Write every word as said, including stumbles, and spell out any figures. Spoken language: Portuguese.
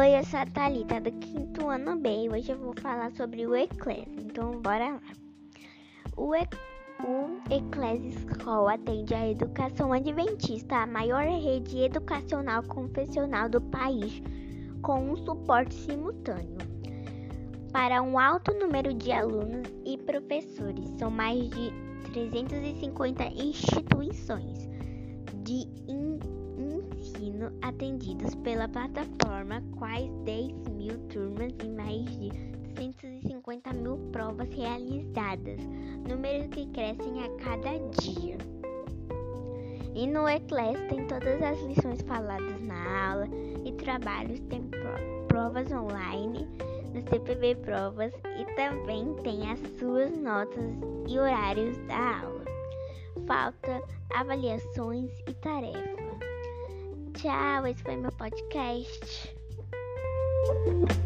Oi, eu sou a Thalita do quinto ano B e hoje eu vou falar sobre o Eclass, então bora lá. O, e- o Eclass School atende a educação adventista, a maior rede educacional confessional do país, com um suporte simultâneo para um alto número de alunos e professores. São mais de trezentas e cinquenta instituições de ensino atendidos pela plataforma, quais dez mil turmas e mais de duzentas e cinquenta mil provas realizadas, números que crescem a cada dia. E no Eclass tem todas as lições faladas na aula e trabalhos, tem provas online, no C P B Provas, e também tem as suas notas e horários da aula, falta, avaliações e tarefas. Tchau, esse foi meu podcast.